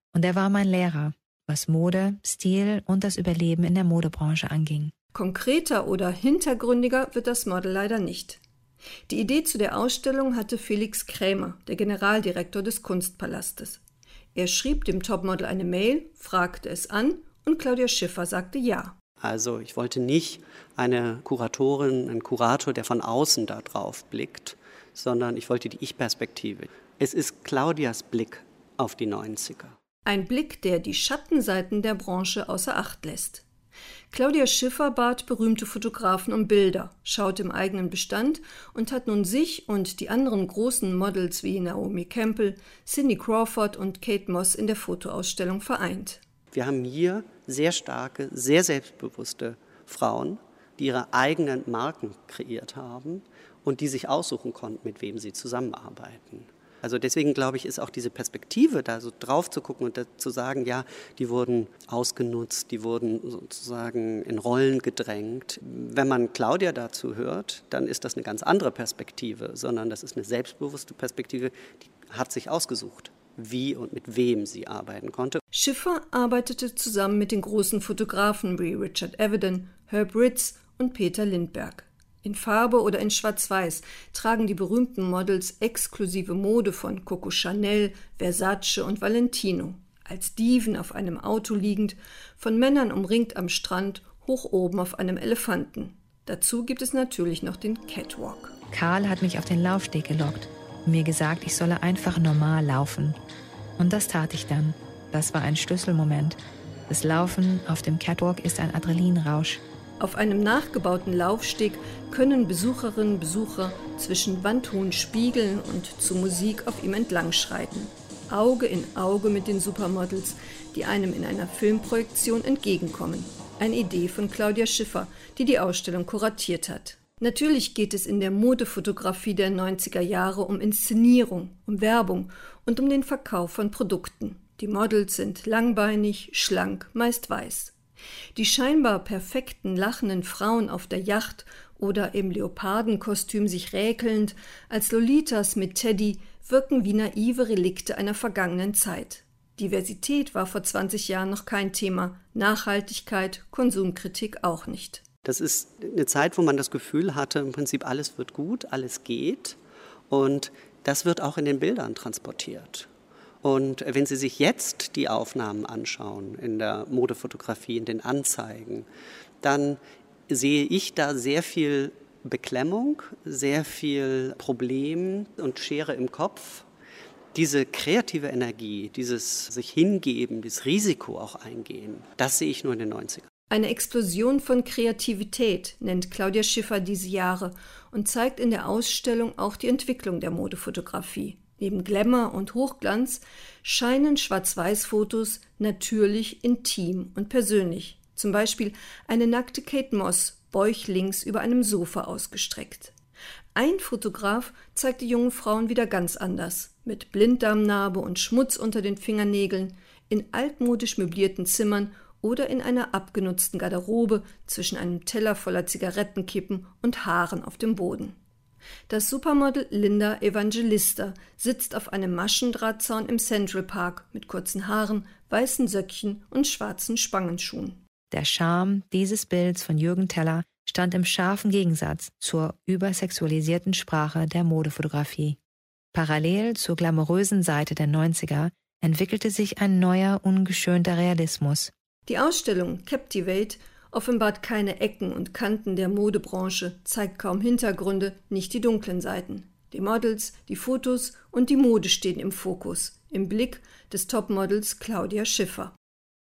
Und er war mein Lehrer, was Mode, Stil und das Überleben in der Modebranche anging. Konkreter oder hintergründiger wird das Model leider nicht. Die Idee zu der Ausstellung hatte Felix Krämer, der Generaldirektor des Kunstpalastes. Er schrieb dem Topmodel eine Mail, fragte es an und Claudia Schiffer sagte ja. Also ich wollte nicht eine Kuratorin, einen Kurator, der von außen da drauf blickt, sondern ich wollte die Ich-Perspektive. Es ist Claudias Blick auf die 90er. Ein Blick, der die Schattenseiten der Branche außer Acht lässt. Claudia Schiffer bat berühmte Fotografen um Bilder, schaute im eigenen Bestand und hat nun sich und die anderen großen Models wie Naomi Campbell, Cindy Crawford und Kate Moss in der Fotoausstellung vereint. Wir haben hier sehr starke, sehr selbstbewusste Frauen, die ihre eigenen Marken kreiert haben und die sich aussuchen konnten, mit wem sie zusammenarbeiten. Also deswegen, glaube ich, ist auch diese Perspektive, da so drauf zu gucken und zu sagen, ja, die wurden ausgenutzt, die wurden sozusagen in Rollen gedrängt. Wenn man Claudia dazu hört, dann ist das eine ganz andere Perspektive, sondern das ist eine selbstbewusste Perspektive, die hat sich ausgesucht, wie und mit wem sie arbeiten konnte. Schiffer arbeitete zusammen mit den großen Fotografen wie Richard Avedon, Herb Ritts und Peter Lindbergh. In Farbe oder in Schwarz-Weiß tragen die berühmten Models exklusive Mode von Coco Chanel, Versace und Valentino. Als Diven auf einem Auto liegend, von Männern umringt am Strand, hoch oben auf einem Elefanten. Dazu gibt es natürlich noch den Catwalk. Karl hat mich auf den Laufsteg gelockt und mir gesagt, ich solle einfach normal laufen. Und das tat ich dann. Das war ein Schlüsselmoment. Das Laufen auf dem Catwalk ist ein Adrenalinrausch. Auf einem nachgebauten Laufsteg können Besucherinnen und Besucher zwischen wandhohen Spiegeln und zu Musik auf ihm entlangschreiten. Auge in Auge mit den Supermodels, die einem in einer Filmprojektion entgegenkommen. Eine Idee von Claudia Schiffer, die die Ausstellung kuratiert hat. Natürlich geht es in der Modefotografie der 90er Jahre um Inszenierung, um Werbung und um den Verkauf von Produkten. Die Models sind langbeinig, schlank, meist weiß. Die scheinbar perfekten, lachenden Frauen auf der Yacht oder im Leopardenkostüm sich räkelnd, als Lolitas mit Teddy, wirken wie naive Relikte einer vergangenen Zeit. Diversität war vor 20 Jahren noch kein Thema, Nachhaltigkeit, Konsumkritik auch nicht. Das ist eine Zeit, wo man das Gefühl hatte, im Prinzip alles wird gut, alles geht. Und das wird auch in den Bildern transportiert. Und wenn Sie sich jetzt die Aufnahmen anschauen in der Modefotografie, in den Anzeigen, dann sehe ich da sehr viel Beklemmung, sehr viel Problem und Schere im Kopf. Diese kreative Energie, dieses sich hingeben, dieses Risiko auch eingehen, das sehe ich nur in den 90ern. Eine Explosion von Kreativität nennt Claudia Schiffer diese Jahre und zeigt in der Ausstellung auch die Entwicklung der Modefotografie. Neben Glamour und Hochglanz scheinen Schwarz-Weiß-Fotos natürlich intim und persönlich. Zum Beispiel eine nackte Kate Moss, bäuchlings über einem Sofa ausgestreckt. Ein Fotograf zeigt die jungen Frauen wieder ganz anders, mit Blinddarmnarbe und Schmutz unter den Fingernägeln, in altmodisch möblierten Zimmern oder in einer abgenutzten Garderobe zwischen einem Teller voller Zigarettenkippen und Haaren auf dem Boden. Das Supermodel Linda Evangelista sitzt auf einem Maschendrahtzaun im Central Park mit kurzen Haaren, weißen Söckchen und schwarzen Spangenschuhen. Der Charme dieses Bilds von Jürgen Teller stand im scharfen Gegensatz zur übersexualisierten Sprache der Modefotografie. Parallel zur glamourösen Seite der 90er entwickelte sich ein neuer, ungeschönter Realismus. Die Ausstellung Captivate offenbart keine Ecken und Kanten der Modebranche, zeigt kaum Hintergründe, nicht die dunklen Seiten. Die Models, die Fotos und die Mode stehen im Fokus, im Blick des Topmodels Claudia Schiffer.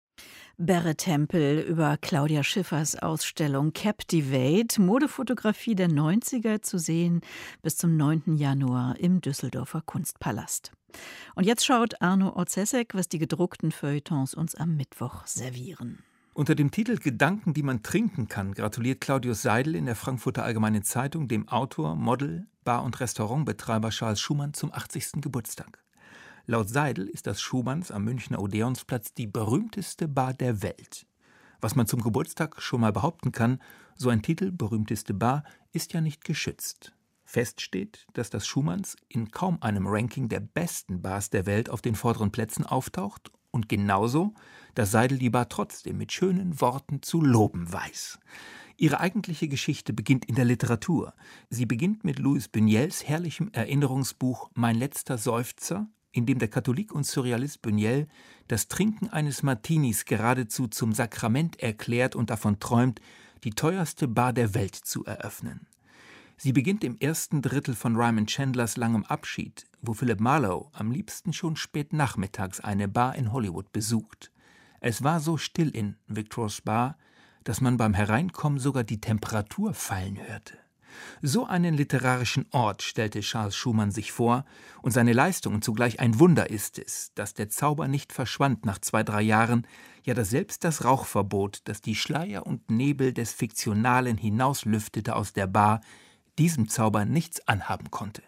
Berit Hempel über Claudia Schiffers Ausstellung Captivate, Modefotografie der 90er, zu sehen bis zum 9. Januar im Düsseldorfer Kunstpalast. Und jetzt schaut Arno Orzesek, was die gedruckten Feuilletons uns am Mittwoch servieren. Unter dem Titel »Gedanken, die man trinken kann« gratuliert Claudius Seidel in der Frankfurter Allgemeinen Zeitung dem Autor, Model, Bar- und Restaurantbetreiber Charles Schumann zum 80. Geburtstag. Laut Seidel ist das Schumanns am Münchner Odeonsplatz die berühmteste Bar der Welt. Was man zum Geburtstag schon mal behaupten kann, so ein Titel, berühmteste Bar, ist ja nicht geschützt. Fest steht, dass das Schumanns in kaum einem Ranking der besten Bars der Welt auf den vorderen Plätzen auftaucht Und genauso, dass Seidel die Bar trotzdem mit schönen Worten zu loben weiß. Ihre eigentliche Geschichte beginnt in der Literatur. Sie beginnt mit Louis Buñuels herrlichem Erinnerungsbuch »Mein letzter Seufzer«, in dem der Katholik und Surrealist Buñuel das Trinken eines Martinis geradezu zum Sakrament erklärt und davon träumt, die teuerste Bar der Welt zu eröffnen. Sie beginnt im ersten Drittel von Raymond Chandlers Langem Abschied, wo Philip Marlowe am liebsten schon spät nachmittags eine Bar in Hollywood besucht. Es war so still in Victor's Bar, dass man beim Hereinkommen sogar die Temperatur fallen hörte. So einen literarischen Ort stellte Charles Schumann sich vor, und seine Leistung und zugleich ein Wunder ist es, dass der Zauber nicht verschwand nach 2-3 Jahren, ja, dass selbst das Rauchverbot, das die Schleier und Nebel des Fiktionalen hinauslüftete aus der Bar, diesem Zauber nichts anhaben konnte.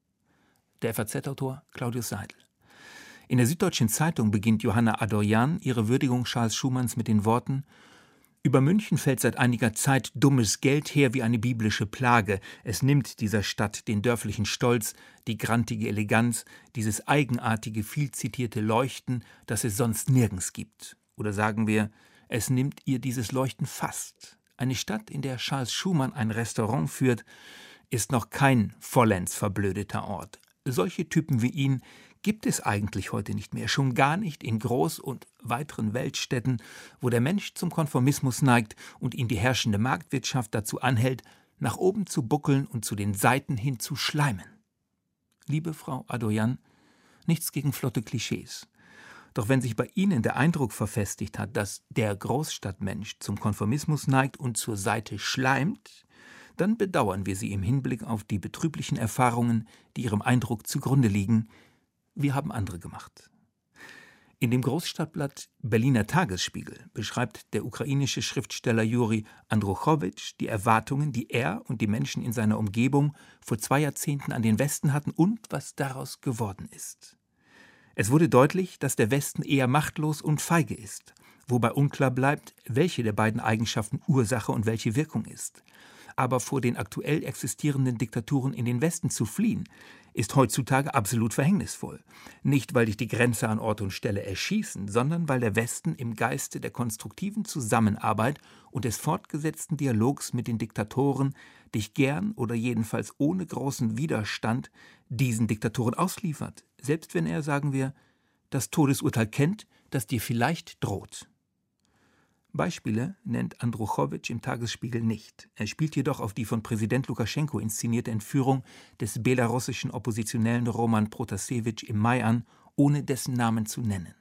Der FAZ-Autor Claudius Seidel. In der Süddeutschen Zeitung beginnt Johanna Adorjan ihre Würdigung Charles Schumanns mit den Worten: Über München fällt seit einiger Zeit dummes Geld her wie eine biblische Plage. Es nimmt dieser Stadt den dörflichen Stolz, die grantige Eleganz, dieses eigenartige, viel zitierte Leuchten, das es sonst nirgends gibt. Oder sagen wir, es nimmt ihr dieses Leuchten fast. Eine Stadt, in der Charles Schumann ein Restaurant führt, ist noch kein vollends verblödeter Ort. Solche Typen wie ihn gibt es eigentlich heute nicht mehr, schon gar nicht in Groß- und weiteren Weltstädten, wo der Mensch zum Konformismus neigt und ihn die herrschende Marktwirtschaft dazu anhält, nach oben zu buckeln und zu den Seiten hin zu schleimen. Liebe Frau Adorjan, nichts gegen flotte Klischees. Doch wenn sich bei Ihnen der Eindruck verfestigt hat, dass der Großstadtmensch zum Konformismus neigt und zur Seite schleimt, dann bedauern wir Sie im Hinblick auf die betrüblichen Erfahrungen, die Ihrem Eindruck zugrunde liegen. Wir haben andere gemacht. In dem Großstadtblatt Berliner Tagesspiegel beschreibt der ukrainische Schriftsteller Juri Andruchowitsch die Erwartungen, die er und die Menschen in seiner Umgebung vor 2 Jahrzehnten an den Westen hatten und was daraus geworden ist. Es wurde deutlich, dass der Westen eher machtlos und feige ist, wobei unklar bleibt, welche der beiden Eigenschaften Ursache und welche Wirkung ist. Aber vor den aktuell existierenden Diktaturen in den Westen zu fliehen, ist heutzutage absolut verhängnisvoll. Nicht, weil dich die Grenze an Ort und Stelle erschießen, sondern weil der Westen im Geiste der konstruktiven Zusammenarbeit und des fortgesetzten Dialogs mit den Diktatoren dich gern oder jedenfalls ohne großen Widerstand diesen Diktatoren ausliefert, selbst wenn er, sagen wir, das Todesurteil kennt, das dir vielleicht droht. Beispiele nennt Andruchowitsch im Tagesspiegel nicht. Er spielt jedoch auf die von Präsident Lukaschenko inszenierte Entführung des belarussischen Oppositionellen Roman Protasewitsch im Mai an, ohne dessen Namen zu nennen.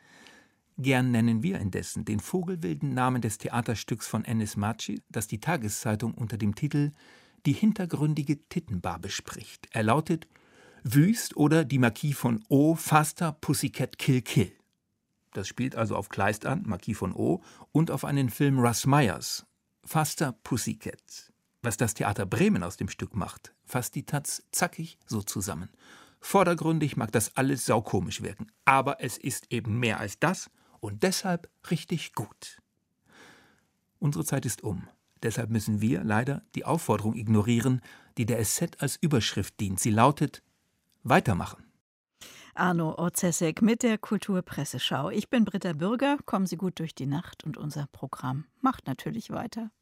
Gern nennen wir indessen den vogelwilden Namen des Theaterstücks von Enis Maci, das die Tageszeitung unter dem Titel »Die hintergründige Tittenbar« bespricht. Er lautet »Wüst oder die Marquis von O, Faster, Pussycat, Kill, Kill«. Das spielt also auf Kleist an, Marquis von O, und auf einen Film Russ Meyers, Faster Pussycat. Was das Theater Bremen aus dem Stück macht, fasst die Taz zackig so zusammen. Vordergründig mag das alles saukomisch wirken, aber es ist eben mehr als das und deshalb richtig gut. Unsere Zeit ist um. Deshalb müssen wir leider die Aufforderung ignorieren, die der SZ als Überschrift dient. Sie lautet: Weitermachen. Arno Orzesek mit der Kulturpresseschau. Ich bin Britta Bürger. Kommen Sie gut durch die Nacht und unser Programm macht natürlich weiter.